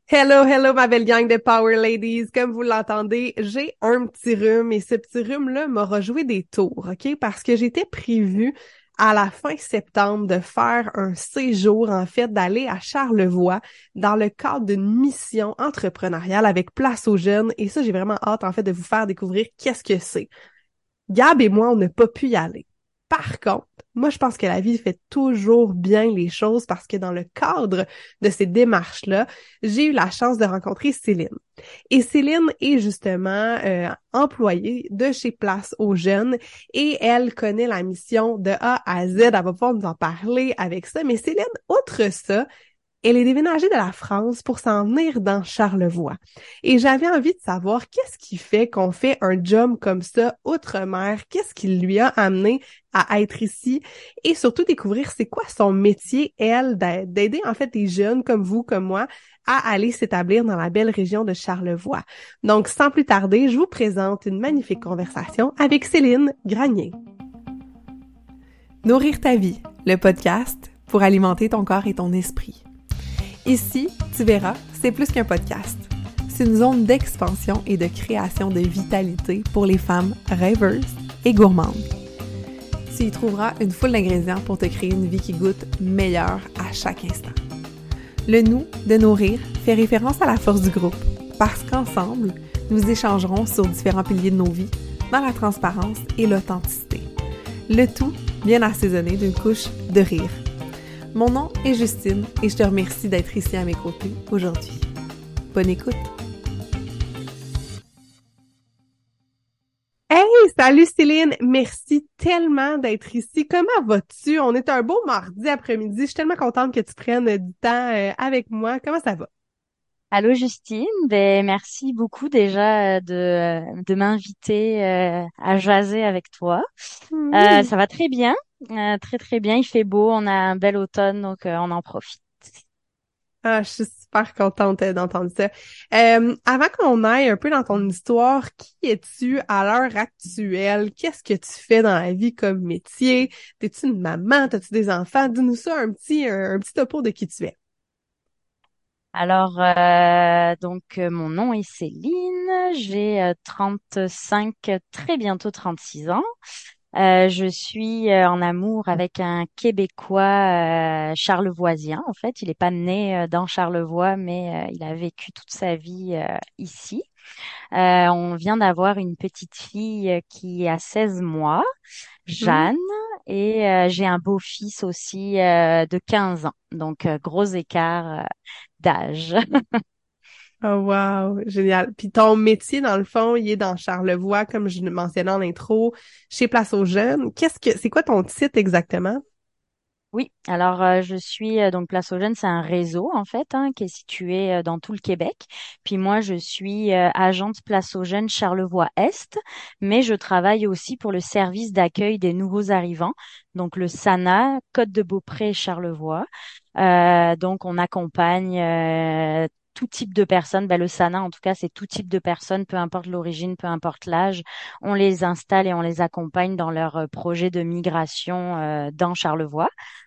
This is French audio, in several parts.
Hello, hello, ma belle gang de Power Ladies. Comme vous l'entendez, j'ai un petit rhume et ce petit rhume-là m'aura joué des tours, OK? Parce que j'étais prévue à la fin septembre de faire un séjour, en fait, d'aller à Charlevoix dans le cadre d'une mission entrepreneuriale avec Place aux jeunes. Et ça, j'ai vraiment hâte, en fait, de vous faire découvrir qu'est-ce que c'est. Gab et moi, on n'a pas pu y aller. Par contre, moi, je pense que la vie fait toujours bien les choses parce que dans le cadre de ces démarches-là, j'ai eu la chance de rencontrer Céline. Et Céline est justement employée de chez Place aux jeunes et elle connaît la mission de A à Z. Elle va pouvoir nous en parler avec ça. Mais Céline, outre ça, elle est déménagée de la France pour s'en venir dans Charlevoix. Et j'avais envie de savoir qu'est-ce qui fait qu'on fait un job comme ça outre-mer, qu'est-ce qui lui a amené à être ici et surtout découvrir c'est quoi son métier, elle, d'aider en fait des jeunes comme vous, comme moi, à aller s'établir dans la belle région de Charlevoix. Donc, sans plus tarder, je vous présente une magnifique conversation avec Céline Granier. Nourrir ta vie, le podcast pour alimenter ton corps et ton esprit. Ici, tu verras, c'est plus qu'un podcast. C'est une zone d'expansion et de création de vitalité pour les femmes rêveuses et gourmandes. Tu y trouveras une foule d'ingrédients pour te créer une vie qui goûte meilleure à chaque instant. Le nous de nourrir fait référence à la force du groupe, parce qu'ensemble, nous échangerons sur différents piliers de nos vies, dans la transparence et l'authenticité. Le tout bien assaisonné d'une couche de rire. Mon nom est Justine et je te remercie d'être ici à mes côtés aujourd'hui. Bonne écoute! Hey, salut Céline! Merci tellement d'être ici. Comment vas-tu? On est un beau mardi après-midi. Je suis tellement contente que tu prennes du temps avec moi. Comment ça va? Allô Justine, merci beaucoup déjà de m'inviter à jaser avec toi. Oui. Ça va très bien, très très bien. Il fait beau, on a un bel automne donc on en profite. Ah, je suis super contente d'entendre ça. Avant qu'on aille un peu dans ton histoire, qui es-tu à l'heure actuelle? Qu'est-ce que tu fais dans la vie comme métier? T'es-tu une maman? T'as-tu des enfants? Dis-nous ça un petit topo de qui tu es. Alors mon nom est Céline, j'ai 35, très bientôt 36 ans. Je suis en amour avec un Québécois charlevoisien. En fait, il n'est pas né dans Charlevoix, mais il a vécu toute sa vie ici. On vient d'avoir une petite fille qui a 16 mois, Hmm? Jeanne, et j'ai un beau-fils aussi de 15 ans. Donc, gros écart d'âge. Oh wow, génial. Puis ton métier, dans le fond, il est dans Charlevoix, comme je le mentionnais en intro, chez Place aux Jeunes. C'est quoi ton titre exactement? Oui, alors je suis donc Place aux Jeunes, c'est un réseau en fait qui est situé dans tout le Québec. Puis moi, je suis agente Place aux Jeunes Charlevoix-Est, mais je travaille aussi pour le service d'accueil des nouveaux arrivants, donc le SANA, Côte-de-Beaupré-Charlevoix. Donc on accompagne tout type de personnes. Ben, le SANA, en tout cas, c'est tout type de personnes, peu importe l'origine, peu importe l'âge. On les installe et on les accompagne dans leur projet de migration dans Charlevoix.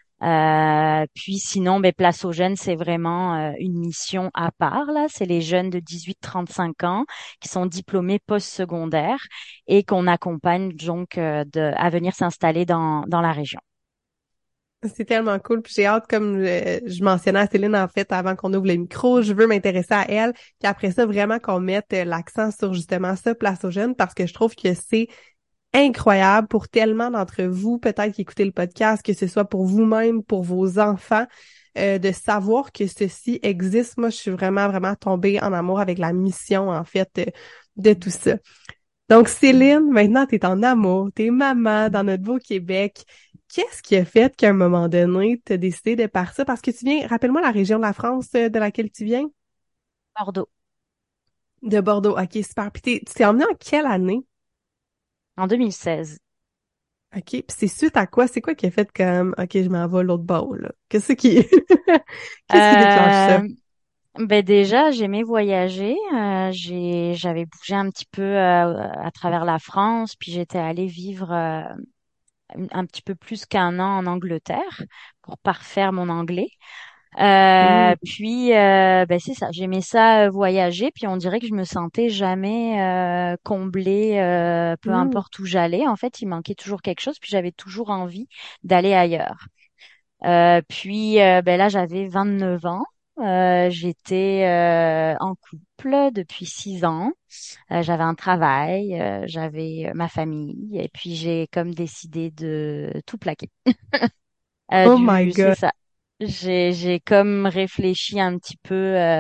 Puis sinon, ben, Place aux jeunes, c'est vraiment une mission à part, là. C'est les jeunes de 18-35 ans qui sont diplômés post-secondaire et qu'on accompagne donc à venir s'installer dans la région. C'est tellement cool. Puis j'ai hâte, comme je mentionnais à Céline, en fait, avant qu'on ouvre le micro, je veux m'intéresser à elle. Puis après ça, vraiment qu'on mette l'accent sur justement ça, Place aux jeunes, parce que je trouve que c'est incroyable pour tellement d'entre vous, peut-être qui écoutez le podcast, que ce soit pour vous-même, pour vos enfants, de savoir que ceci existe. Moi, je suis vraiment, vraiment tombée en amour avec la mission, en fait, de tout ça. Donc, Céline, maintenant, t'es en amour, t'es maman dans notre beau Québec. Qu'est-ce qui a fait qu'à un moment donné, t'as décidé de partir? Parce que tu viens, rappelle-moi la région de la France de laquelle tu viens? Bordeaux, De Bordeaux. OK, super. Puis tu t'es emmenée en quelle année? en 2016. OK, puis c'est suite à quoi? C'est quoi qui a fait comme, OK, je m'en vais l'autre bord, là? Qu'est-ce qui déclenche ça? Euh, Ben déjà, j'aimais voyager. J'avais bougé un petit peu à travers la France, puis j'étais allée vivre un petit peu plus qu'un an en Angleterre pour parfaire mon anglais. Mm. Ben c'est ça, j'aimais ça voyager, puis on dirait que je me sentais jamais comblée, peu Mm. importe où j'allais. En fait, il manquait toujours quelque chose, puis j'avais toujours envie d'aller ailleurs. Ben là, j'avais 29 ans. J'étais en couple depuis 6 ans. J'avais un travail, j'avais ma famille, et puis j'ai comme décidé de tout plaquer. Oh my C'est God. ça. J'ai comme réfléchi un petit peu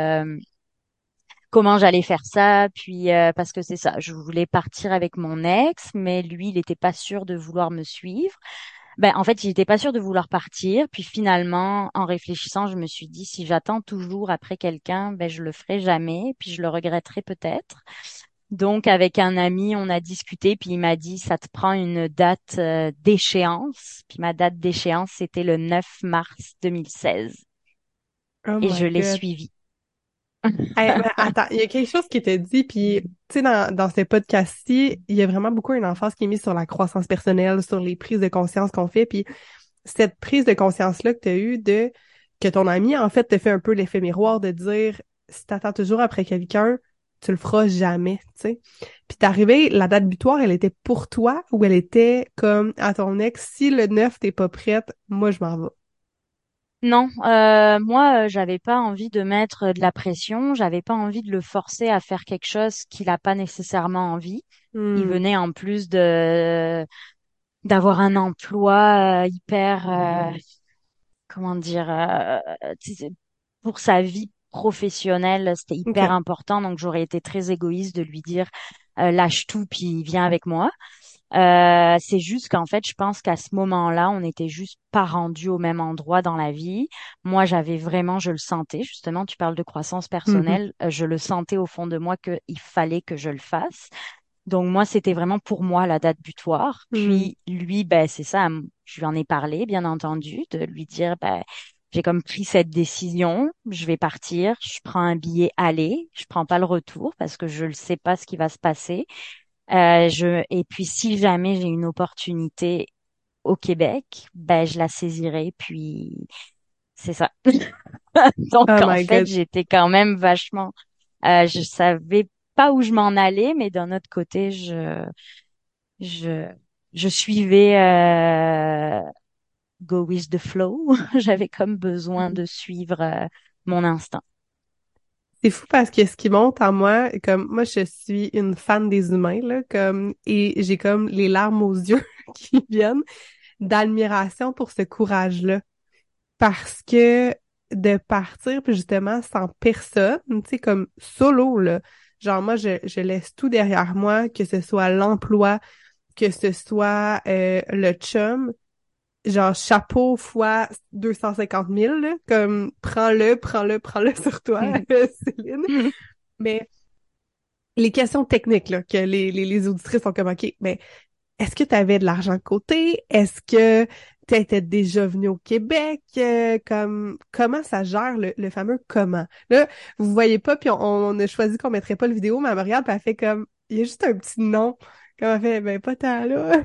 comment j'allais faire ça, puis parce que c'est ça, je voulais partir avec mon ex, mais lui, il n'était pas sûr de vouloir me suivre. Ben, en fait, il n'était pas sûr de vouloir partir. Puis finalement, en réfléchissant, je me suis dit, si j'attends toujours après quelqu'un, ben, je le ferai jamais, puis je le regretterai peut-être. Donc, avec un ami, on a discuté, puis il m'a dit, ça te prend une date d'échéance. Puis ma date d'échéance, c'était le 9 mars 2016. Oh Et my je l'ai God. suivi. Hey, mais attends, il y a quelque chose qui te dit, puis tu sais, dans ce podcast-ci, il y a vraiment beaucoup une emphase qui est mise sur la croissance personnelle, sur les prises de conscience qu'on fait, puis cette prise de conscience-là que tu as eue de que ton ami, en fait, te fait un peu l'effet miroir de dire si t'attends toujours après quelqu'un, tu le feras jamais, tu sais. Puis t'es arrivé, la date butoir, elle était pour toi ou elle était comme à ton ex, si le 9 t'es pas prête, moi je m'en vais. Non, moi, j'avais pas envie de mettre de la pression, j'avais pas envie de le forcer à faire quelque chose qu'il a pas nécessairement envie. Il Hmm, venait en plus de d'avoir un emploi hyper, comment dire, tu sais, pour sa vie professionnelle, c'était hyper OK. important. Donc j'aurais été très égoïste de lui dire lâche tout puis viens avec moi. C'est juste qu'en fait, je pense qu'à ce moment-là, on n'était juste pas rendu au même endroit dans la vie. Moi, j'avais vraiment, je le sentais. Justement, tu parles de croissance Mhm. personnelle. Je le sentais au fond de moi qu'il fallait que je le fasse. Donc moi, c'était vraiment pour moi la date butoir. Hmm. Puis lui, ben c'est ça. Je lui en ai parlé, bien entendu, de lui dire, ben j'ai comme pris cette décision. Je vais partir. Je prends un billet aller. Je prends pas le retour parce que je ne sais pas ce qui va se passer. Et puis si jamais j'ai une opportunité au Québec, ben je la saisirai. Puis c'est ça. Donc Oh en my fait, God. j'étais quand même vachement. Je savais pas où je m'en allais, mais d'un autre côté, je je suivais go with the flow. J'avais comme besoin de suivre mon instinct. C'est fou parce que ce qui monte en moi, comme moi je suis une fan des humains là, comme et j'ai comme les larmes aux yeux qui viennent d'admiration pour ce courage-là parce que de partir puis justement sans personne, tu sais comme solo là. Genre moi je laisse tout derrière moi, que ce soit l'emploi, que ce soit le chum, genre chapeau fois 250 000 là, comme prends-le, prends-le, prends-le sur toi, Céline. Mais les questions techniques là, que les auditrices sont comme OK, mais est-ce que tu avais de l'argent de côté? Est-ce que tu étais déjà venu au Québec? Comme comment ça gère le fameux comment? Là, vous voyez pas, puis on a choisi qu'on mettrait pas le vidéo, mais elle me regarde, puis elle fait comme il y a juste un petit nom. Comme elle fait ben pas tant là.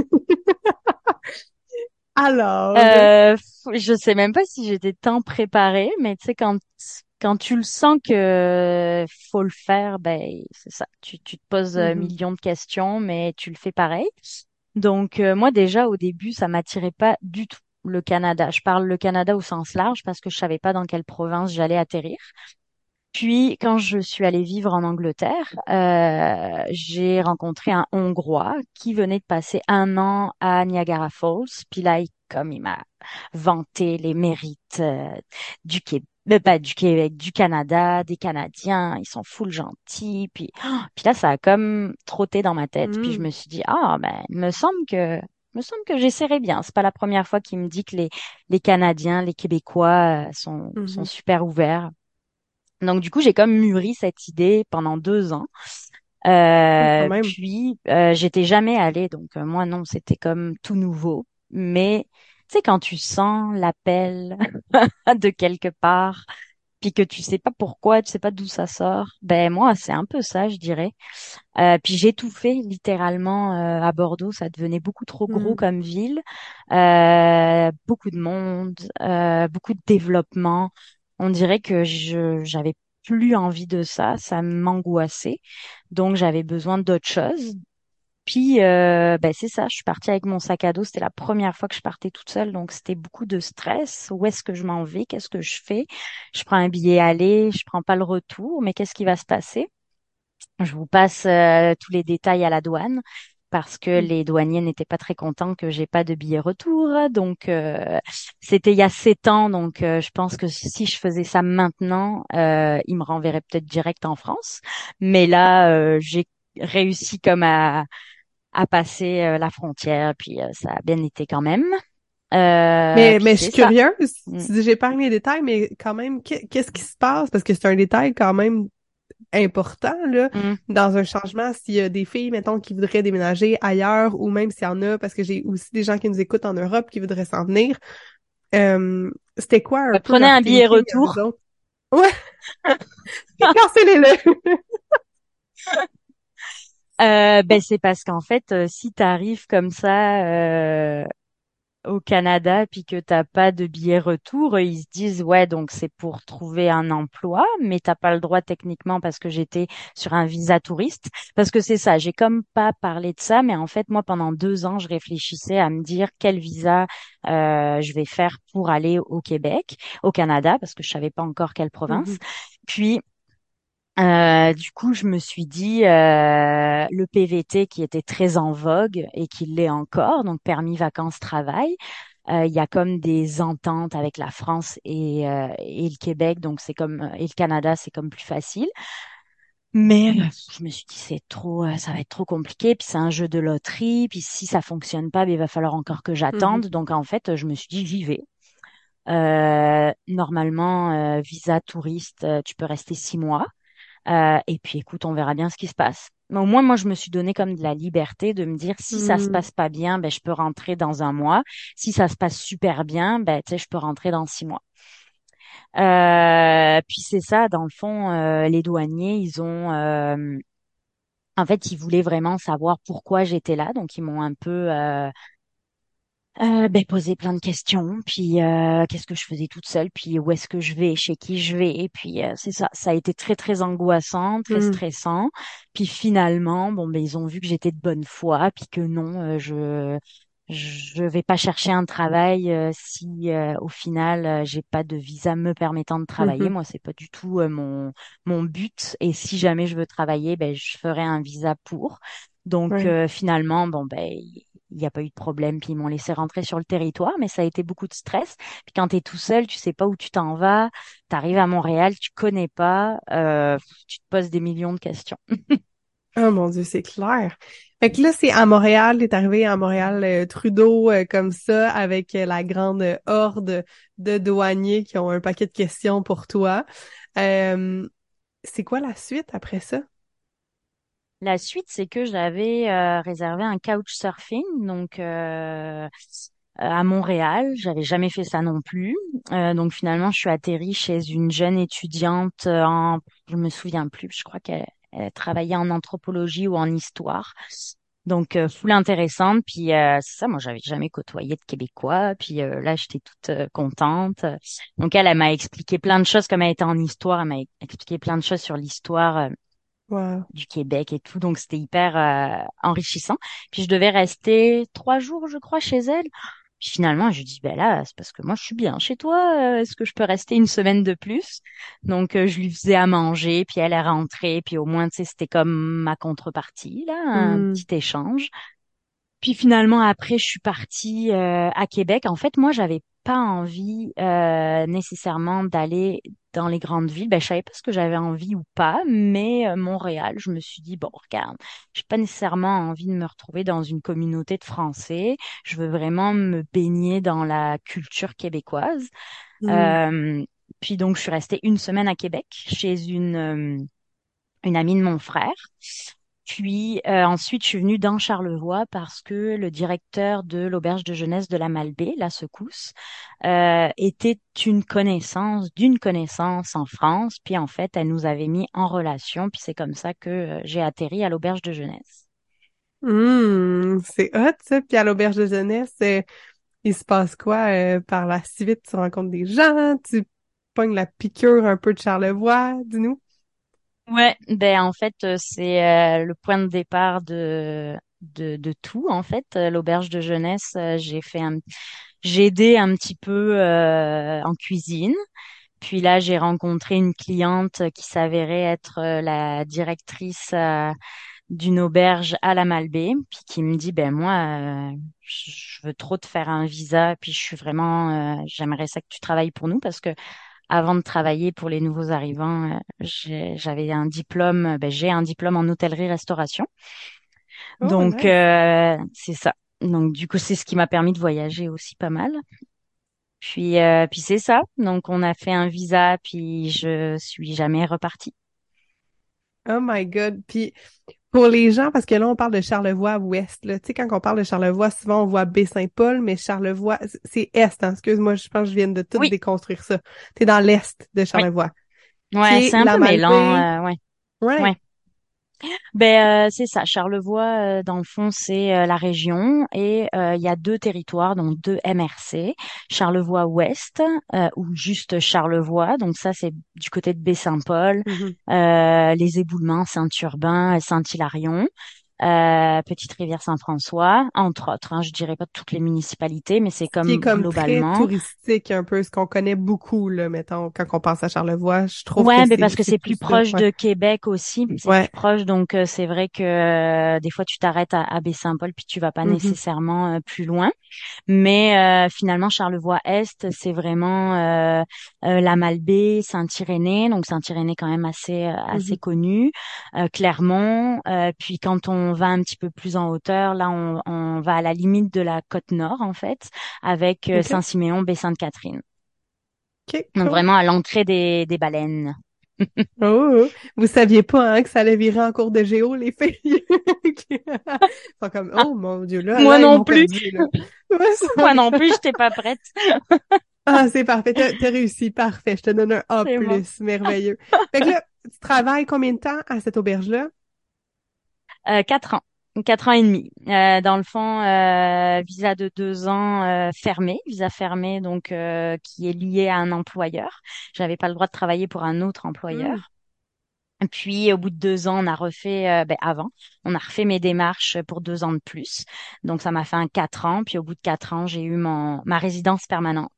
Alors, Je sais même pas si j'étais tant préparée, mais tu sais, quand tu le sens que faut le faire, ben, c'est ça. Tu te poses mhm, millions de questions, mais tu le fais pareil. Donc, moi, déjà, au début, ça m'attirait pas du tout le Canada. Je parle le Canada au sens large parce que je savais pas dans quelle province j'allais atterrir. Puis, quand je suis allée vivre en Angleterre, j'ai rencontré un Hongrois qui venait de passer un an à Niagara Falls. Puis là, comme il m'a vanté les mérites du Québec, pas du Québec, du Canada, des Canadiens, ils sont full gentils. Puis là, ça a comme trotté dans ma tête. Puis je mhm, me suis dit, ah ben, me semble que j'essaierai bien. C'est pas la première fois qu'il me dit que les Canadiens, les Québécois sont mhm. super ouverts. Donc du coup, j'ai comme mûri cette idée pendant 2 ans. Quand même. J'étais jamais allée, donc moi non, c'était comme tout nouveau. Mais tu sais, quand tu sens l'appel de quelque part, puis que tu sais pas pourquoi, tu sais pas d'où ça sort. Ben moi, c'est un peu ça, je dirais. Puis j'étouffais littéralement à Bordeaux, ça devenait beaucoup trop gros Hmm. comme ville. Beaucoup de monde, beaucoup de développement. On dirait que je j'avais plus envie de ça, ça m'angoissait. Donc j'avais besoin d'autre chose. Puis ben c'est ça, je suis partie avec mon sac à dos. C'était la première fois que je partais toute seule, donc c'était beaucoup de stress. Où est-ce que je m'en vais? Qu'est-ce que je fais? Je prends un billet aller, je prends pas le retour, mais qu'est-ce qui va se passer? Je vous passe tous les détails à la douane parce que les douaniers n'étaient pas très contents que j'ai pas de billet retour. Donc c'était il y a 7 ans, donc je pense que si je faisais ça maintenant, ils me renverraient peut-être direct en France. Mais là, j'ai réussi comme à passer la frontière, puis ça a bien été quand même. Puis Mais je c'est suis ça. curieuse. Mm. Tu dis, j'épargne les détails, mais quand même, qu'est-ce qui se passe? Parce que c'est un détail quand même important, là, Mm. dans un changement. S'il y a des filles, mettons, qui voudraient déménager ailleurs, ou même s'il y en a, parce que j'ai aussi des gens qui nous écoutent en Europe qui voudraient s'en venir. C'était quoi un peu Prenez leur un billet thinking à eux retour. autres? Ouais, cancellez-le! Ben c'est parce qu'en fait, si tu arrives comme ça au Canada puis que t'as pas de billet retour, ils se disent ouais donc c'est pour trouver un emploi, mais t'as pas le droit techniquement parce que j'étais sur un visa touriste. Parce que c'est ça, j'ai comme pas parlé de ça, mais en fait moi pendant 2 ans je réfléchissais à me dire quel visa je vais faire pour aller au Québec, au Canada parce que je savais pas encore quelle province. Mhm, Puis du coup, je me suis dit le PVT qui était très en vogue et qui l'est encore, donc permis vacances-travail. Il y a comme des ententes avec la France et le Québec, donc c'est comme et le Canada, c'est comme plus facile. Mais je me suis dit c'est trop, ça va être trop compliqué. Puis c'est un jeu de loterie. Puis si ça fonctionne pas, ben, il va falloir encore que mhm, j'attende. Donc en fait, je me suis dit j'y vais. Normalement, visa touriste, tu peux rester 6 mois. Et puis écoute, on verra bien ce qui se passe. Mais au moins, moi, je me suis donné comme de la liberté de me dire si ça se mhm, passe pas bien, ben je peux rentrer dans un mois. Si ça se passe super bien, ben tu sais, je peux rentrer dans 6 mois. Puis c'est ça, dans le fond, les douaniers, en fait, ils voulaient vraiment savoir pourquoi j'étais là, donc ils m'ont un peu ben, poser plein de questions, puis qu'est-ce que je faisais toute seule, puis où est-ce que je vais, chez qui je vais, et puis c'est ça, ça a été très très angoissant, très mhm, stressant, puis finalement, bon ben ils ont vu que j'étais de bonne foi, puis que non, je vais pas chercher un travail si au final j'ai pas de visa me permettant de travailler. mhm. Moi, c'est pas du tout mon but, et si jamais je veux travailler, ben je ferai un visa pour. Donc Ouais. finalement, bon ben il n'y a pas eu de problème, puis ils m'ont laissé rentrer sur le territoire, mais ça a été beaucoup de stress. Puis quand tu es tout seul, tu sais pas où tu t'en vas, tu arrives à Montréal, tu connais pas, tu te poses des millions de questions. Oh mon Dieu, c'est clair. Fait que là, c'est à Montréal, t'es arrivé à Montréal, Trudeau, comme ça, avec la grande horde de douaniers qui ont un paquet de questions pour toi. Euh, c'est quoi la suite après ça? La suite, c'est que j'avais réservé un couchsurfing, donc à Montréal. J'avais jamais fait ça non plus. Donc finalement, je suis atterrie chez une jeune étudiante je me souviens plus, je crois qu'elle travaillait en anthropologie ou en histoire. Donc full intéressante. Puis c'est ça, moi j'avais jamais côtoyé de Québécois. Puis là, j'étais toute contente. Donc elle m'a expliqué plein de choses comme elle était en histoire. Elle m'a expliqué plein de choses sur l'histoire. Wow. Du Québec et tout, donc c'était hyper enrichissant. Puis je devais rester 3 jours, je crois, chez elle. Puis finalement, je lui dis, ben là, c'est parce que moi, je suis bien chez toi. Est-ce que je peux rester une semaine de plus? Donc, je lui faisais à manger, puis elle est rentrée, puis au moins, tu sais, c'était comme ma contrepartie, là, un Hmm. petit échange. Puis finalement, après, je suis partie à Québec. En fait, moi, j'avais pas envie nécessairement d'aller dans les grandes villes. Ben, je savais pas ce que j'avais envie ou pas, mais Montréal, je me suis dit, bon, regarde, j'ai pas nécessairement envie de me retrouver dans une communauté de Français. Je veux vraiment me baigner dans la culture québécoise. Hmm. Euh, Puis donc, je suis restée une semaine à Québec chez une amie de mon frère. Puis ensuite, je suis venue dans Charlevoix parce que le directeur de l'auberge de jeunesse de la Malbaie, la Secousse, était d'une connaissance en France. Puis en fait, elle nous avait mis en relation. Puis c'est comme ça que j'ai atterri à l'auberge de jeunesse. C'est hot, ça. Puis à l'auberge de jeunesse, il se passe quoi par la suite? Tu rencontres des gens, tu pognes la piqûre un peu de Charlevoix, dis-nous. Ouais, ben en fait c'est le point de départ de tout en fait. L'auberge de jeunesse, j'ai aidé un petit peu en cuisine. Puis là, j'ai rencontré une cliente qui s'avérait être la directrice d'une auberge à la Malbaie, puis qui me dit, ben moi, je veux trop te faire un visa, puis je suis vraiment, j'aimerais ça que tu travailles pour nous parce que avant de travailler pour les nouveaux arrivants, j'avais un diplôme, ben, j'ai un diplôme en hôtellerie-restauration. Oh, Donc, nice. c'est ça. Donc, du coup, c'est ce qui m'a permis de voyager aussi pas mal. Puis c'est ça. Donc, on a fait un visa, puis je suis jamais repartie. Oh my God. Puis pour les gens, parce que là, on parle de Charlevoix-Ouest, là. Tu sais, quand on parle de Charlevoix, souvent, on voit Baie-Saint-Paul, mais Charlevoix, c'est Est, hein. Excuse-moi, je pense que je viens de tout Oui, déconstruire ça. T'es dans l'Est de oui. Charlevoix, qui Ouais, est c'est un la peu Malbaie. mêlant, ouais. Ouais. Ouais. Ben c'est ça. Charlevoix, dans le fond, c'est la région et il y a deux territoires, donc deux MRC. Charlevoix-Ouest ou juste Charlevoix. Donc ça, c'est du côté de Baie-Saint-Paul, Mhm. les Éboulements, Saint-Urbain, Saint-Hilarion. Petite Rivière Saint-François, entre autres, hein, je dirais pas toutes les municipalités, mais c'est Qui est comme comme très globalement. touristique, un peu, ce qu'on connaît beaucoup, là, mettons, quand on pense à Charlevoix. Je trouve que Ouais, mais parce que c'est c'est plus plus ça. proche Ouais. de Québec aussi, c'est plus Ouais. proche, donc c'est vrai que des fois tu t'arrêtes à Baie-Saint-Paul puis tu vas pas Mhm. nécessairement plus loin. Mais finalement Charlevoix-Est, c'est vraiment la Malbaie, Saint-Irénée, donc Saint-Irénée quand même assez Mhm. connu, Clermont. Puis quand on va un petit peu plus en hauteur, là on va à la limite de la côte nord en fait, avec OK. Saint-Siméon, Baie-Sainte-Catherine. OK, Donc cool. vraiment à l'entrée des baleines. Oh, oh. Vous saviez pas, hein, que ça allait virer en cours de géo, les filles? Ils sont comme, oh mon Dieu, Moi là, ils non m'ont plus. perdu, là. Ouais, Moi non plus, j'étais pas prête. Ah, c'est parfait. T'as réussi. Parfait. Je te donne un A+. C'est bon. Merveilleux. Fait que là, tu travailles combien de temps à cette auberge-là? 4 ans. 4 ans et demi. Dans le fond, visa de 2 ans fermé, visa fermé donc qui est lié à un employeur. J'avais pas le droit de travailler pour un autre Hmm. employeur. Et puis au bout de 2 ans, on a refait, avant, on a refait mes démarches pour 2 ans de plus. Donc ça m'a fait un 4 ans. Puis au bout de 4 ans, j'ai eu ma résidence permanente.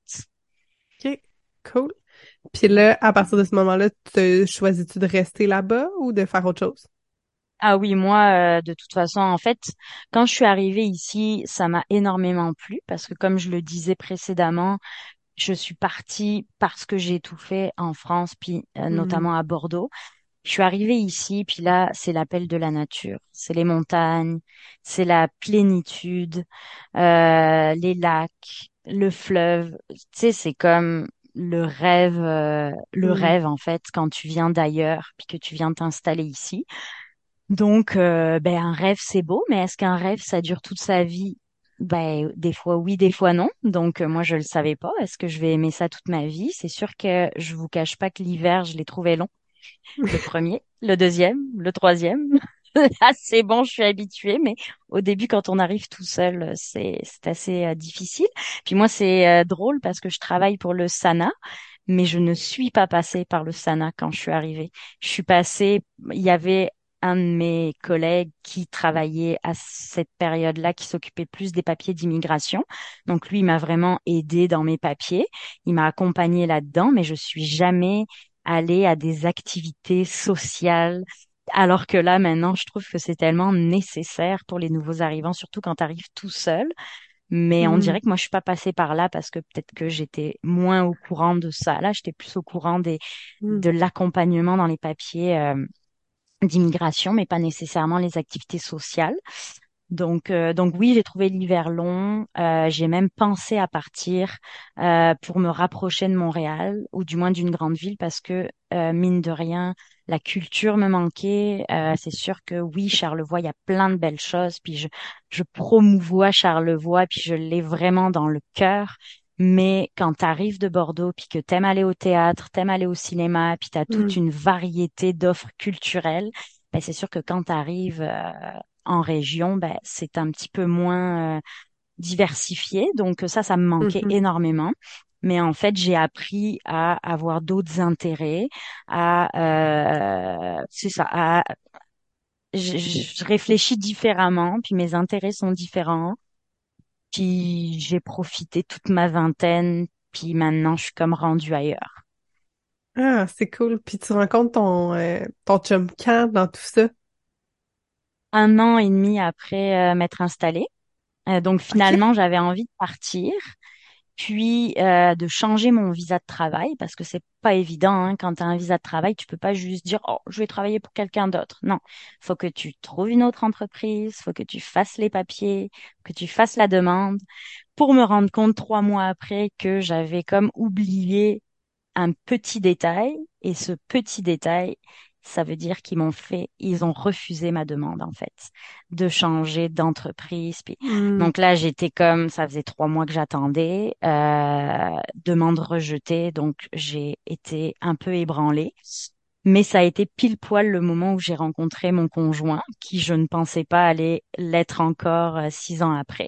OK. Cool. Puis là, à partir de ce moment-là, choisis-tu de rester là-bas ou de faire autre chose? Ah oui, moi, de toute façon, en fait, quand je suis arrivée ici, ça m'a énormément plu parce que, comme je le disais précédemment, je suis partie parce que j'ai tout fait en France, puis Hmm. notamment à Bordeaux. Je suis arrivée ici, puis là, c'est l'appel de la nature. C'est les montagnes, c'est la plénitude, les lacs, le fleuve. Tu sais, c'est comme le Hmm. rêve en fait quand tu viens d'ailleurs, puis que tu viens t'installer ici. Donc, ben, un rêve, c'est beau, mais est-ce qu'un rêve, ça dure toute sa vie? Ben, des fois oui, des fois non. Donc, moi, je le savais pas. Est-ce que je vais aimer ça toute ma vie? C'est sûr que je vous cache pas que l'hiver, je l'ai trouvé long. Le premier, le deuxième, le troisième. Là, c'est bon, je suis habituée, mais au début, quand on arrive tout seul, c'est assez difficile. Puis moi, c'est drôle parce que je travaille pour le SANA, mais je ne suis pas passée par le SANA quand je suis arrivée. Je suis passée, il y avait un de mes collègues qui travaillait à cette période-là, qui s'occupait plus des papiers d'immigration. Donc lui, il m'a vraiment aidée dans mes papiers. Il m'a accompagnée là-dedans, mais je suis jamais allée à des activités sociales. Alors que là, maintenant, je trouve que c'est tellement nécessaire pour les nouveaux arrivants, surtout quand tu arrives tout seul. Mais on Hmm. dirait que moi, je suis pas passée par là parce que peut-être que j'étais moins au courant de ça. Là, j'étais plus au courant Hmm. de l'accompagnement dans les papiers d'immigration, mais pas nécessairement les activités sociales. Donc oui, j'ai trouvé l'hiver long. J'ai même pensé à partir pour me rapprocher de Montréal ou du moins d'une grande ville parce que mine de rien, la culture me manquait. C'est sûr que oui, Charlevoix, il y a plein de belles choses. Puis je promouvois Charlevoix, puis je l'ai vraiment dans le cœur. Mais quand tu arrives de Bordeaux, puis que t'aimes aller au théâtre, t'aimes aller au cinéma, puis t'as toute Hmm. une variété d'offres culturelles, ben c'est sûr que quand tu arrives en région, ben c'est un petit peu moins diversifié. Donc ça me manquait Mhm. énormément. Mais en fait, j'ai appris à avoir d'autres intérêts, c'est ça, je réfléchis différemment, puis mes intérêts sont différents. Puis j'ai profité toute ma vingtaine, puis maintenant je suis comme rendue ailleurs. Ah, c'est cool. Puis tu rencontres ton chum quand dans tout ça? 1 an et demi après m'être installée. Donc OK. finalement, j'avais envie de partir. Puis de changer mon visa de travail parce que c'est pas évident hein, quand tu as un visa de travail, tu peux pas juste dire oh, je vais travailler pour quelqu'un d'autre. Non, faut que tu trouves une autre entreprise, faut que tu fasses les papiers, que tu fasses la demande pour me rendre compte 3 mois après que j'avais comme oublié un petit détail et ce petit détail, ça veut dire ils ont refusé ma demande en fait de changer d'entreprise. Puis Hmm. donc là, j'étais comme, ça faisait 3 mois que j'attendais, demande rejetée, donc j'ai été un peu ébranlée. Mais ça a été pile poil le moment où j'ai rencontré mon conjoint, qui je ne pensais pas aller l'être encore 6 ans après.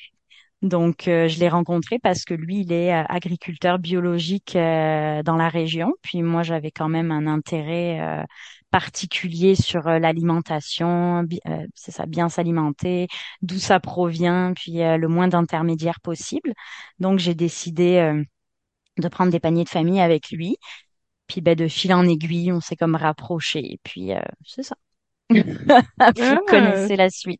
Donc, je l'ai rencontré parce que lui, il est agriculteur biologique dans la région. Puis moi, j'avais quand même un intérêt particulier sur l'alimentation, c'est ça, bien s'alimenter, d'où ça provient, puis le moins d'intermédiaires possible. Donc, j'ai décidé de prendre des paniers de famille avec lui. Puis, ben, de fil en aiguille, on s'est comme rapprochés. Et puis, c'est ça. Vous Ah, connaissez la suite.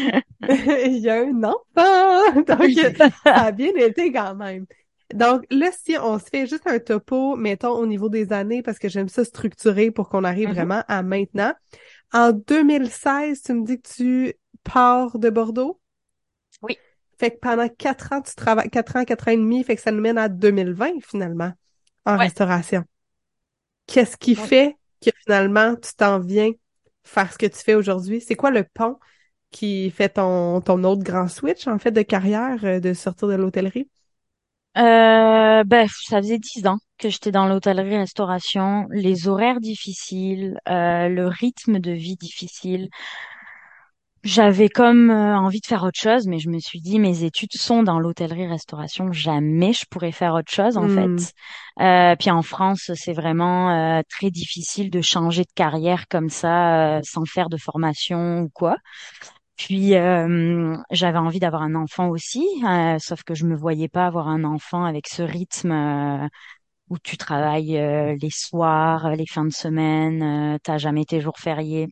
il y a un enfant! Donc, ça a bien été quand même. Donc, là, si on se fait juste un topo, mettons, au niveau des années, parce que j'aime ça structurer pour qu'on arrive Mhm. vraiment à maintenant. En 2016, tu me dis que tu pars de Bordeaux? Oui. Fait que pendant 4 ans, tu travailles, 4 ans, 4 ans et demi, fait que ça nous mène à 2020, finalement, en Ouais. restauration. Qu'est-ce qui Oui. fait que finalement, tu t'en viens faire ce que tu fais aujourd'hui? C'est quoi le pont qui fait ton autre grand switch, en fait, de carrière, de sortir de l'hôtellerie? Ben, ça faisait 10 ans que j'étais dans l'hôtellerie-restauration, les horaires difficiles, le rythme de vie difficile. J'avais comme envie de faire autre chose, mais je me suis dit, mes études sont dans l'hôtellerie-restauration, jamais je pourrais faire autre chose en Hmm. fait. Puis en France, c'est vraiment très difficile de changer de carrière comme ça, sans faire de formation ou quoi. Puis j'avais envie d'avoir un enfant aussi, sauf que je me voyais pas avoir un enfant avec ce rythme où tu travailles les soirs, les fins de semaine, t'as jamais tes jours fériés.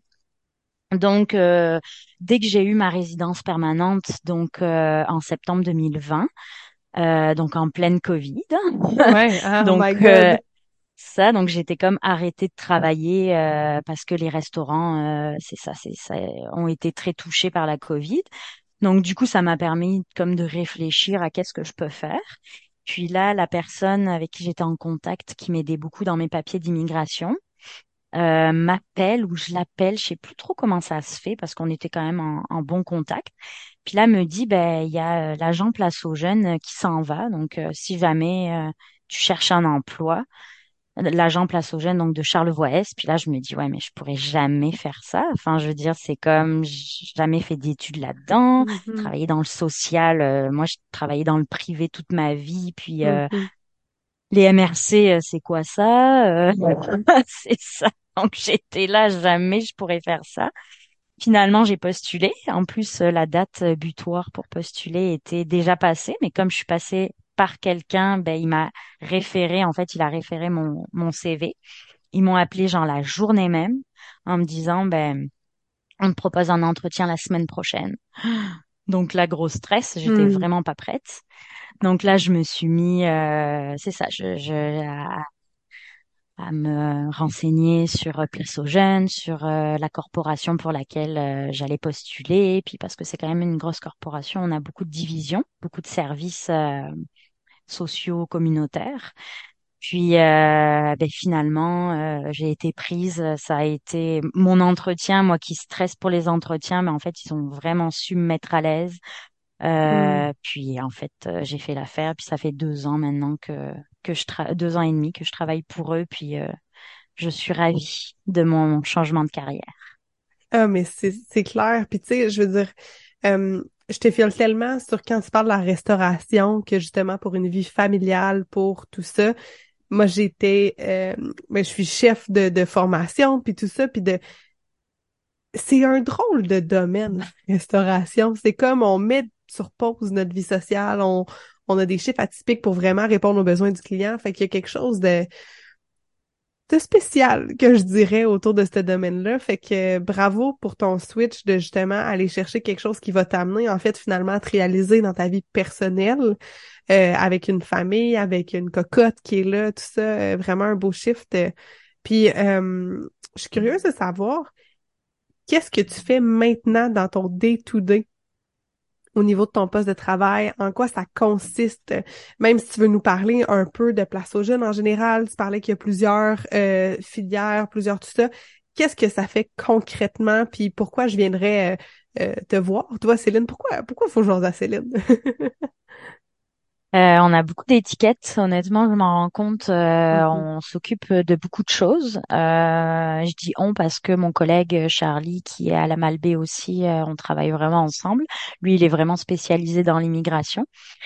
Donc dès que j'ai eu ma résidence permanente, donc en septembre 2020, donc en pleine Covid, Ouais, oh donc my God. donc j'étais comme arrêtée de travailler parce que les restaurants, c'est ça, ont été très touchés par la Covid. Donc du coup, ça m'a permis comme de réfléchir à qu'est-ce que je peux faire. Puis là, la personne avec qui j'étais en contact, qui m'aidait beaucoup dans mes papiers d'immigration, m'appelle ou je l'appelle, je sais plus trop comment ça se fait parce qu'on était quand même en bon contact. Puis là, me dit, ben il y a l'agent Place aux Jeunes qui s'en va. Donc si jamais tu cherches un emploi, l'agent Place aux Jeunes donc de Charlevoix-Est. Puis là, je me dis ouais, mais je pourrais jamais faire ça. Enfin, je veux dire, c'est comme j'ai jamais fait d'études là-dedans, Mhm, travailler dans le social. Moi, je travaillais dans le privé toute ma vie. Puis mhm, les MRC, c'est quoi ça? C'est ça. Donc j'étais là, jamais je pourrais faire ça. Finalement, j'ai postulé. En plus, la date butoir pour postuler était déjà passée, mais comme je suis passée par quelqu'un, ben il m'a référé. En fait, il a référé mon CV. Ils m'ont appelé genre la journée même en me disant, ben, on te propose un entretien la semaine prochaine. Donc là, gros stress, j'étais mhm, vraiment pas prête. Donc là, je me suis mis, c'est ça, à me renseigner sur Place aux Jeunes, sur la corporation pour laquelle j'allais postuler. Puis parce que c'est quand même une grosse corporation, on a beaucoup de divisions, beaucoup de services sociaux communautaires. Puis finalement, j'ai été prise. Ça a été mon entretien, moi qui stresse pour les entretiens, mais en fait, ils ont vraiment su me mettre à l'aise. Puis en fait, j'ai fait l'affaire. Puis ça fait 2 ans maintenant que 2 ans et demi que je travaille pour eux. Puis je suis ravie de mon changement de carrière. Ah, mais c'est clair. Puis tu sais, je veux dire, je te file tellement sur quand tu parles de la restauration que justement pour une vie familiale, pour tout ça. Moi, mais je suis chef de formation, puis tout ça, puis c'est un drôle de domaine, la restauration. C'est comme on met sur pause notre vie sociale, on a des chiffres atypiques pour vraiment répondre aux besoins du client. Fait qu'il y a quelque chose de spécial que je dirais autour de ce domaine-là. Fait que bravo pour ton switch de justement aller chercher quelque chose qui va t'amener en fait finalement à te réaliser dans ta vie personnelle, avec une famille, avec une cocotte qui est là, tout ça, vraiment un beau shift. Puis je suis curieuse de savoir qu'est-ce que tu fais maintenant dans ton day-to-day au niveau de ton poste de travail, en quoi ça consiste, même si tu veux nous parler un peu de Place aux jeunes en général, tu parlais qu'il y a plusieurs filières, plusieurs tout ça. Qu'est-ce que ça fait concrètement, puis pourquoi je viendrais te voir? Toi, Céline, pourquoi faut que je à Céline? On a beaucoup d'étiquettes, honnêtement, je m'en rends compte. Mhm. On s'occupe de beaucoup de choses. Je dis on parce que mon collègue Charlie, qui est à la Malbaie aussi, on travaille vraiment ensemble. Lui, il est vraiment spécialisé dans l'immigration.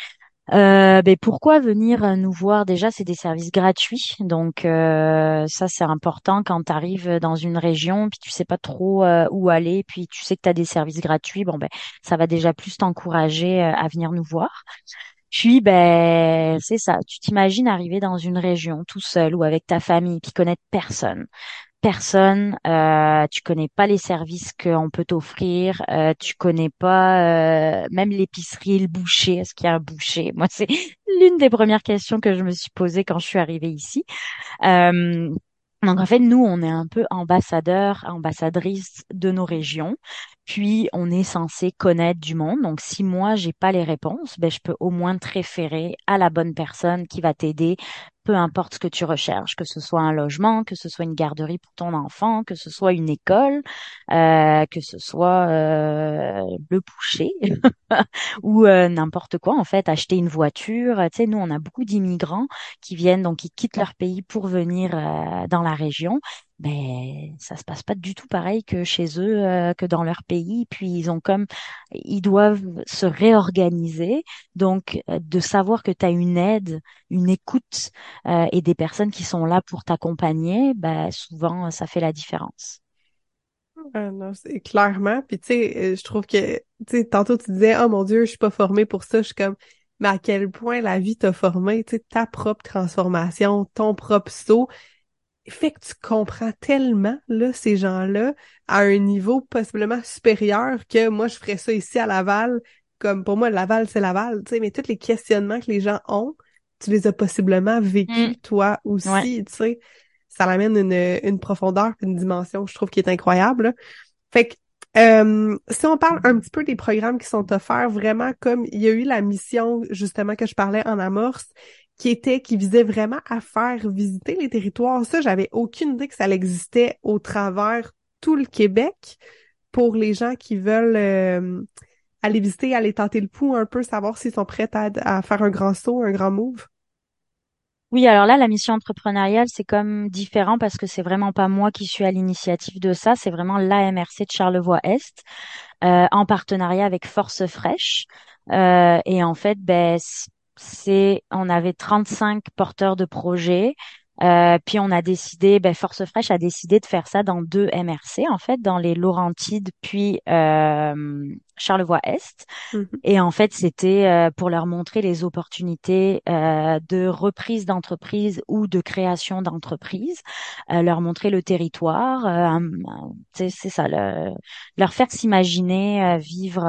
Pourquoi venir nous voir? Déjà, c'est des services gratuits, donc ça c'est important quand tu arrives dans une région puis tu sais pas trop où aller, puis tu sais que tu as des services gratuits. Bon ça va déjà plus t'encourager à venir nous voir. Puis, c'est ça. Tu t'imagines arriver dans une région tout seul ou avec ta famille, puis connaître personne. Personne, tu connais pas les services qu'on peut t'offrir, tu connais pas même l'épicerie et le boucher. Est-ce qu'il y a un boucher? Moi, c'est l'une des premières questions que je me suis posée quand je suis arrivée ici. Euh, donc en fait, nous, on est un peu ambassadeurs, ambassadrices de nos régions. Puis on est censé connaître du monde. Donc si moi j'ai pas les réponses, je peux au moins te référer à la bonne personne qui va t'aider, peu importe ce que tu recherches, que ce soit un logement, que ce soit une garderie pour ton enfant, que ce soit une école, que ce soit le boucher ou n'importe quoi en fait, acheter une voiture. Tu sais, nous on a beaucoup d'immigrants qui viennent, donc ils quittent leur pays pour venir dans la région. Ça se passe pas du tout pareil que chez eux, que dans leur pays. Puis ils doivent se réorganiser. Donc de savoir que tu as une aide, une écoute et des personnes qui sont là pour t'accompagner, souvent ça fait la différence. Ah non, c'est clairement. Puis tu sais, je trouve que, tu sais, tantôt tu disais, oh mon Dieu, je suis pas formée pour ça. Je suis comme, mais à quel point la vie t'a formé, tu sais, ta propre transformation, ton propre saut, fait que tu comprends tellement, là, ces gens-là, à un niveau possiblement supérieur que moi, je ferais ça ici à Laval. Comme pour moi, Laval, c'est Laval, tu sais, mais tous les questionnements que les gens ont, tu les as possiblement Mm, vécus, toi ouais. aussi, tu sais. Ça l'amène une profondeur, puis une dimension, je trouve, qui est incroyable, là. Fait que, si on parle un petit peu des programmes qui sont offerts, vraiment comme il y a eu la mission, justement, que je parlais en amorce, qui visait vraiment à faire visiter les territoires. Ça, j'avais aucune idée que ça existait au travers tout le Québec pour les gens qui veulent aller visiter, aller tenter le pouls un peu, savoir s'ils sont prêts à faire un grand saut, un grand move. Oui, alors là, la mission entrepreneuriale, c'est comme différent parce que c'est vraiment pas moi qui suis à l'initiative de ça, c'est vraiment l'AMRC de Charlevoix-Est, en partenariat avec Force Fraîche. Et en fait, on avait 35 porteurs de projets. Puis on a décidé, Force Fraîche a décidé de faire ça dans 2 MRC, en fait, dans les Laurentides, puis Charlevoix-Est. Mhm. Et en fait, c'était pour leur montrer les opportunités de reprise d'entreprise ou de création d'entreprise, leur montrer le territoire, c'est ça, leur faire s'imaginer vivre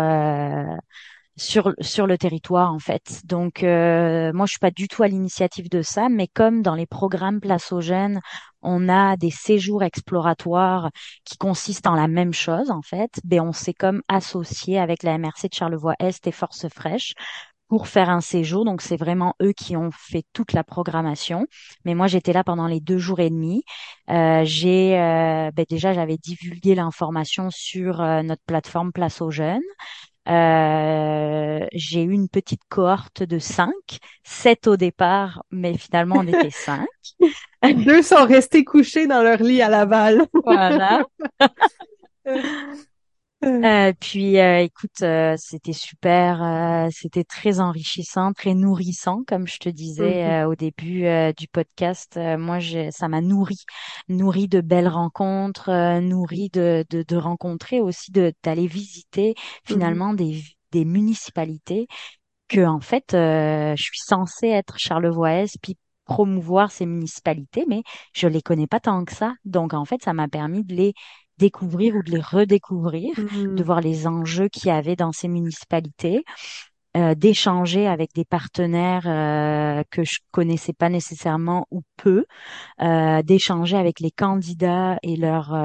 sur le territoire en fait. Donc moi je suis pas du tout à l'initiative de ça, mais comme dans les programmes Place aux jeunes, on a des séjours exploratoires qui consistent en la même chose en fait, on s'est comme associé avec la MRC de Charlevoix-Est et Force Fraîche pour faire un séjour. Donc, c'est vraiment eux qui ont fait toute la programmation. Mais moi, j'étais là pendant les 2 jours et demi. Déjà, j'avais divulgué l'information sur notre plateforme Place aux Jeunes. J'ai eu une petite cohorte de 5, 7 au départ, mais finalement, on était 5. 2 sont restés couchés dans leur lit à Laval. Voilà. Euh, euh, Écoute, c'était super, c'était très enrichissant, très nourrissant, comme je te disais mhm, au début du podcast. Ça m'a nourri de belles rencontres, nourri de rencontrer aussi, d'aller visiter mhm, finalement des municipalités que en fait, je suis censée être Charlevoixaise, puis promouvoir ces municipalités, mais je les connais pas tant que ça. Donc en fait, ça m'a permis de les découvrir ou de les redécouvrir, de mhm, voir les enjeux qu'il y avait dans ces municipalités, d'échanger avec des partenaires que je connaissais pas nécessairement ou peu, d'échanger avec les candidats et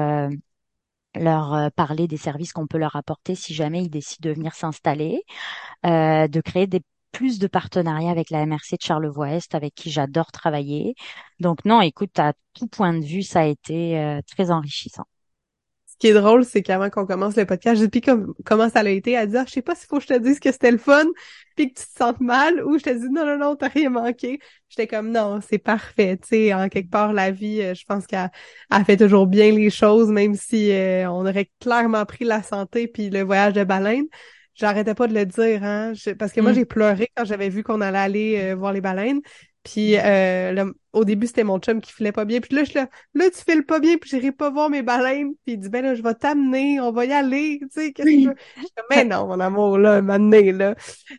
leur parler des services qu'on peut leur apporter si jamais ils décident de venir s'installer, de créer plus de partenariats avec la MRC de Charlevoix-Est, avec qui j'adore travailler. Donc non, écoute, à tout point de vue, ça a été très enrichissant. Ce qui est drôle, c'est qu'avant qu'on commence le podcast, j'ai dit comment ça a été, elle dit ah, je sais pas s'il faut que je te dise que c'était le fun, puis que tu te sentes mal, ou je te dis non, non, non, t'as rien manqué. J'étais comme non, c'est parfait, tu sais, en quelque part, la vie, je pense qu'elle fait toujours bien les choses, même si on aurait clairement pris la santé puis le voyage de baleine. J'arrêtais pas de le dire, hein, parce que moi, Mm. j'ai pleuré quand j'avais vu qu'on allait aller voir les baleines. Puis au début, c'était mon chum qui filait pas bien. Puis là, je suis là, tu files pas bien, puis j'irai pas voir mes baleines. Puis il dit, ben là, je vais t'amener, on va y aller, tu sais, qu'est-ce que tu veux? Je suis comme, mais non, mon amour, là, m'amener, là.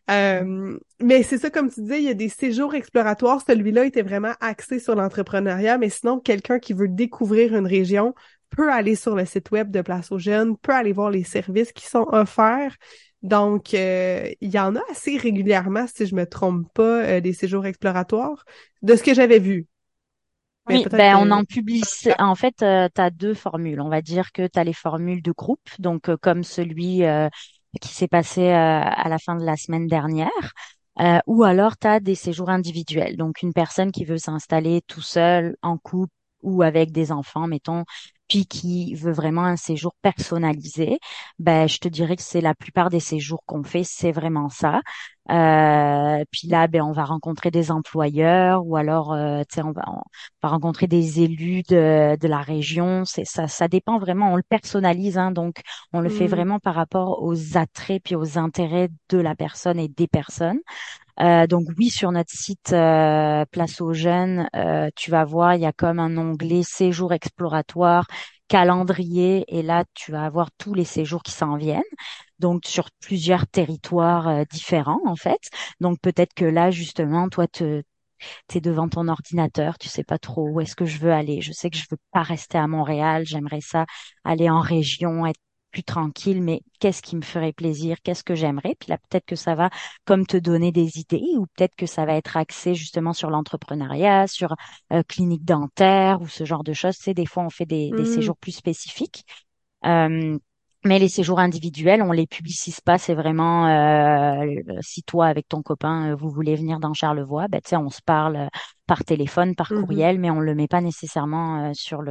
Mais c'est ça, comme tu disais, il y a des séjours exploratoires. Celui-là était vraiment axé sur l'entrepreneuriat, mais sinon, quelqu'un qui veut découvrir une région peut aller sur le site web de Place aux Jeunes, peut aller voir les services qui sont offerts. Donc, il y en a assez régulièrement, si je me trompe pas, des séjours exploratoires, de ce que j'avais vu. Mais Oui, peut-être ben on que... en publie. En fait, tu as 2 formules. On va dire que tu as les formules de groupe, donc comme celui qui s'est passé à la fin de la semaine dernière, ou alors tu as des séjours individuels. Donc une personne qui veut s'installer tout seul, en couple ou avec des enfants, mettons, puis qui veut vraiment un séjour personnalisé, ben je te dirais que c'est la plupart des séjours qu'on fait, c'est vraiment ça. Puis là, ben on va rencontrer des employeurs ou alors, tu sais, on va rencontrer des élus de la région. Ça dépend vraiment. On le personnalise, hein, donc on le fait Hmm, vraiment par rapport aux attraits puis aux intérêts de la personne et des personnes. Donc oui, sur notre site Place aux Jeunes, tu vas voir, il y a comme un onglet séjour exploratoire, calendrier, et là, tu vas avoir tous les séjours qui s'en viennent. Donc sur plusieurs territoires différents, en fait. Donc peut-être que là, justement, toi, t'es devant ton ordinateur, tu sais pas trop où est-ce que je veux aller. Je sais que je veux pas rester à Montréal, j'aimerais ça aller en région, être plus tranquille, mais qu'est-ce qui me ferait plaisir, qu'est-ce que j'aimerais? Puis là, peut-être que ça va comme te donner des idées, ou peut-être que ça va être axé justement sur l'entrepreneuriat, sur clinique dentaire ou ce genre de choses. Tu sais, des fois, on fait des hmm, séjours plus spécifiques. Euh, mais les séjours individuels, on les publicise pas. C'est vraiment si toi avec ton copain vous voulez venir dans Charlevoix, ben tu sais, on se parle par téléphone, par mhm. courriel, mais on le met pas nécessairement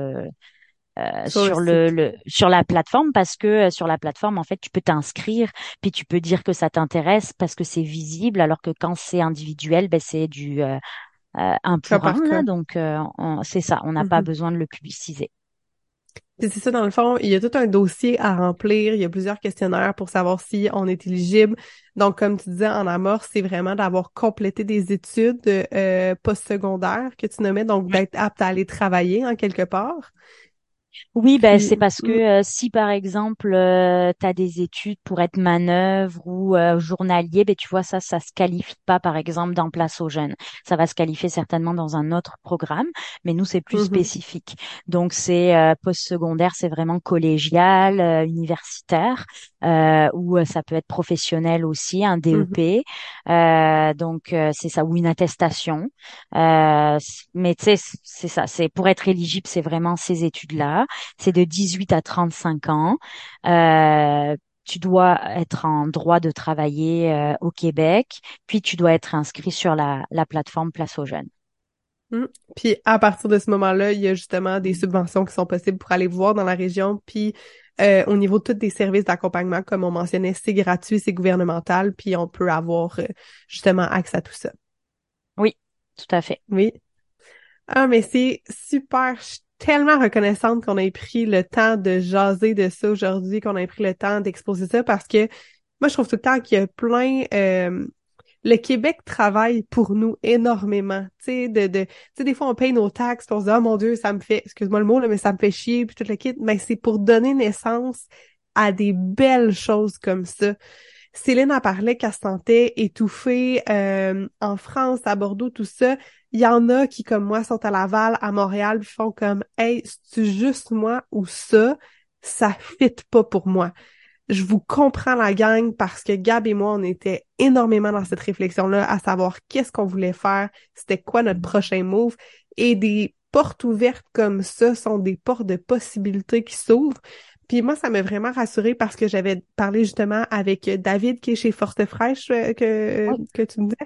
Sur le site. sur la plateforme parce que sur la plateforme en fait tu peux t'inscrire puis tu peux dire que ça t'intéresse parce que c'est visible alors que quand c'est individuel, ben c'est du un Cas pour un par là. cas. Donc c'est ça, on n'a pas Mhm. besoin de le publiciser. Puis c'est ça, dans le fond, il y a tout un dossier à remplir, il y a plusieurs questionnaires pour savoir si on est éligible. Donc, comme tu disais en amorce, c'est vraiment d'avoir complété des études postsecondaires que tu nommais, donc d'être apte à aller travailler en quelque part. Oui, ben Puis, c'est parce que si par exemple tu as des études pour être manœuvre ou journalier, ben tu vois ça se qualifie pas par exemple dans Place aux Jeunes. Ça va se qualifier certainement dans un autre programme, mais nous c'est plus mhm, spécifique. Donc c'est postsecondaire, c'est vraiment collégial, universitaire ou ça peut être professionnel aussi, un mhm, DEP. C'est ça ou une attestation. Mais tu sais c'est ça, c'est pour être éligible, c'est vraiment ces études-là. C'est de 18 à 35 ans. Euh, tu dois être en droit de travailler au Québec, puis tu dois être inscrit sur la plateforme Place aux Jeunes. Mm. Puis à partir de ce moment-là, il y a justement des subventions qui sont possibles pour aller voir dans la région. Puis au niveau de tous des services d'accompagnement, comme on mentionnait, c'est gratuit, c'est gouvernemental, puis on peut avoir justement accès à tout ça. Oui, tout à fait. Oui. Ah, mais c'est super. Je suis tellement reconnaissante qu'on ait pris le temps de jaser de ça aujourd'hui, qu'on ait pris le temps d'exposer ça, parce que moi, je trouve tout le temps qu'il y a plein... le Québec travaille pour nous énormément. Tu sais, des fois, on paye nos taxes, puis on se dit, oh mon Dieu, ça me fait, excuse-moi le mot, là, mais ça me fait chier, puis tout le kit. Mais c'est pour donner naissance à des belles choses comme ça. Céline a parlé qu'elle se sentait étouffée en France, à Bordeaux, tout ça. Il y en a qui, comme moi, sont à Laval, à Montréal, puis font comme, hey, c'est juste moi ou ça fit pas pour moi. Je vous comprends la gang parce que Gab et moi, on était énormément dans cette réflexion-là, à savoir qu'est-ce qu'on voulait faire, c'était quoi notre prochain move. Et des portes ouvertes comme ça sont des portes de possibilités qui s'ouvrent. Puis moi, ça m'a vraiment rassurée parce que j'avais parlé justement avec David qui est chez Force Fraîche Oui. que tu me disais.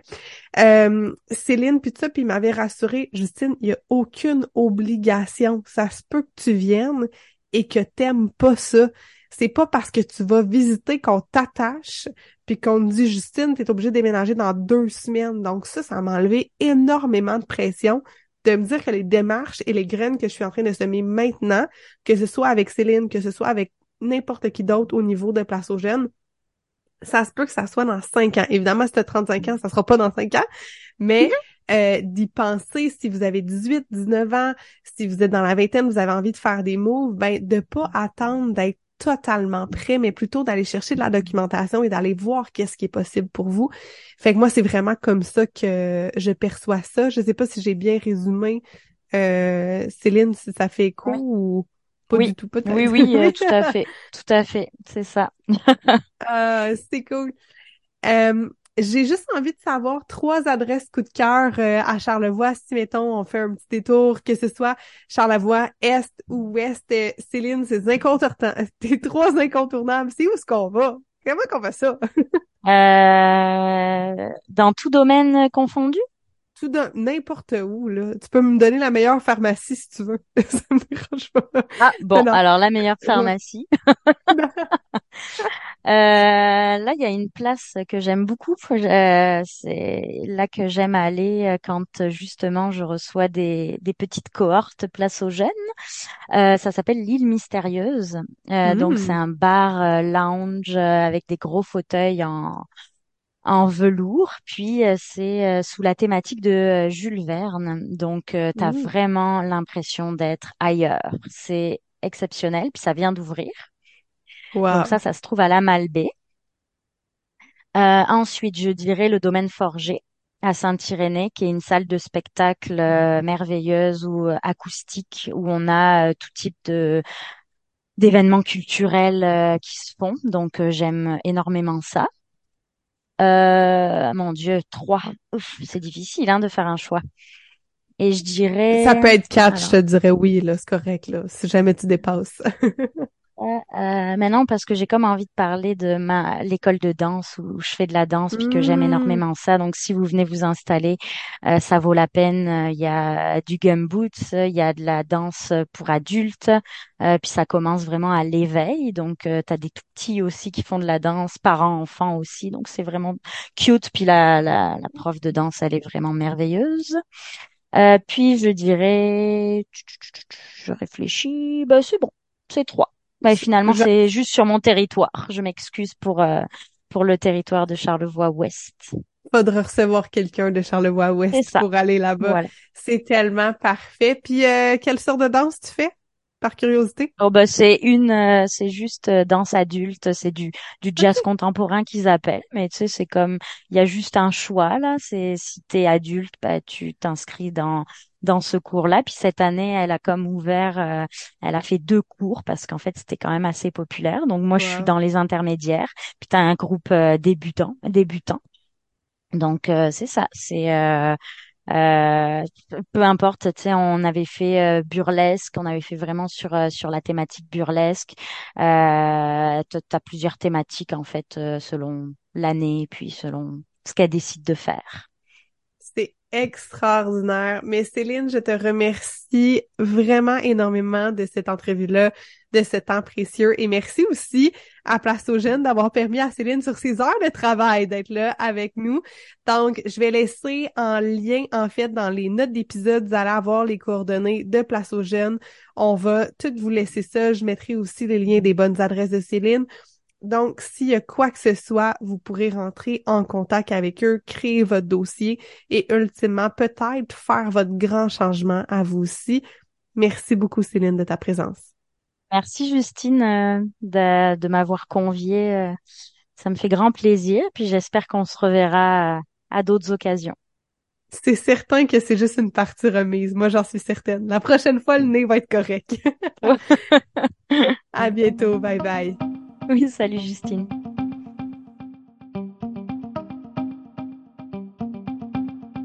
Céline, puis tout ça, puis il m'avait rassurée, Justine, il n'y a aucune obligation. Ça se peut que tu viennes et que t'aimes pas ça. C'est pas parce que tu vas visiter qu'on t'attache puis qu'on te dit, Justine, t'es obligée de déménager dans 2 semaines. Donc ça m'a enlevé énormément de pression de me dire que les démarches et les graines que je suis en train de semer maintenant, que ce soit avec Céline, que ce soit avec n'importe qui d'autre au niveau de Place aux Jeunes, ça se peut que ça soit dans 5 ans. Évidemment, si tu as 35 ans, ça sera pas dans 5 ans, mais d'y penser si vous avez 18, 19 ans, si vous êtes dans la vingtaine, vous avez envie de faire des moves, ben de pas attendre d'être totalement prêt, mais plutôt d'aller chercher de la documentation et d'aller voir qu'est-ce qui est possible pour vous. Fait que moi, c'est vraiment comme ça que je perçois ça. Je sais pas si j'ai bien résumé, Céline, si ça fait écho Oui, ou pas oui, du tout, oui, peut-être. oui, tout à fait, c'est ça. Ah, c'est cool. Euh, j'ai juste envie de savoir 3 adresses coup de cœur à Charlevoix. Si, mettons, on fait un petit détour, que ce soit Charlevoix, Est ou Ouest, Céline, c'est incontournables. Tes 3 incontournables, c'est où est-ce qu'on va? Comment qu'on fait ça? Dans tout domaine confondu? Tout dans n'importe où, là. Tu peux me donner la meilleure pharmacie si tu veux. Ça me dérange pas. Ah, Non, bon, non. alors la meilleure Ouais. pharmacie. Là, il y a une place que j'aime beaucoup. C'est là que j'aime aller quand justement je reçois des petites cohortes place aux jeunes. Ça s'appelle l'île mystérieuse. Donc c'est Hmm. un bar lounge avec des gros fauteuils en velours. Puis c'est sous la thématique de Jules Verne. Donc t'as Hmm. vraiment l'impression d'être ailleurs. C'est exceptionnel. Puis ça vient d'ouvrir. Donc Wow. ça se trouve à la Malbaie. Ensuite, je dirais le domaine Forger à Saint-Irénée, qui est une salle de spectacle merveilleuse ou acoustique où on a tout type de d'événements culturels qui se font. Donc, j'aime énormément ça. Mon Dieu, trois. Ouf, c'est difficile hein, de faire un choix. Et je Ça dirais, peut être 4, je alors, te dirais oui, là, c'est correct, là, si jamais tu dépasses. maintenant, parce que j'ai comme envie de parler de l'école de danse où je fais de la danse puis que j'aime Hmm. énormément ça. Donc, si vous venez vous installer, ça vaut la peine. Il y a du gumboot, il y a de la danse pour adultes, puis ça commence vraiment à l'éveil. Donc, tu as des tout petits aussi qui font de la danse, parents, enfants aussi. Donc, c'est vraiment cute. Puis la prof de danse, elle est vraiment merveilleuse. Puis je dirais, je réfléchis, bah c'est bon, c'est trois. Bah, finalement, Je- c'est juste sur mon territoire. Je m'excuse pour le territoire de Charlevoix-Ouest. Faudra recevoir quelqu'un de C'est Charlevoix-Ouest ça. pour aller là-bas. Voilà. C'est tellement parfait. Puis, quelle sorte de danse tu fais, par curiosité? Oh bah c'est juste danse adulte, c'est du jazz OK. contemporain qu'ils appellent, mais tu sais c'est comme il y a juste un choix là, c'est si t'es adulte, bah tu t'inscris dans ce cours-là. Puis cette année, elle a comme ouvert, elle a fait 2 cours parce qu'en fait c'était quand même assez populaire. Donc moi je suis Wow. dans les intermédiaires, puis t'as un groupe débutant. Donc c'est ça, c'est Euh, Peu importe, tu sais, on avait fait burlesque, on avait fait vraiment sur la thématique burlesque. T'as plusieurs thématiques en fait selon l'année, puis selon ce qu'elle décide de faire. C'est extraordinaire. Mais Céline, je te remercie vraiment énormément de cette entrevue-là, de ce temps précieux. Et merci aussi à Place aux Jeunes d'avoir permis à Céline, sur ses heures de travail, d'être là avec nous. Donc, je vais laisser en lien, en fait, dans les notes d'épisode, vous allez avoir les coordonnées de Place aux Jeunes. On va tout vous laisser ça. Je mettrai aussi les liens des bonnes adresses de Céline. Donc, s'il y a quoi que ce soit, vous pourrez rentrer en contact avec eux, créer votre dossier et ultimement, peut-être faire votre grand changement à vous aussi. Merci beaucoup, Céline, de ta présence. Merci Justine de m'avoir conviée. Ça me fait grand plaisir, puis j'espère qu'on se reverra à d'autres occasions. C'est certain que c'est juste une partie remise. Moi, j'en suis certaine. La prochaine fois, le nez va être correct. À bientôt. Bye bye. Oui, salut Justine.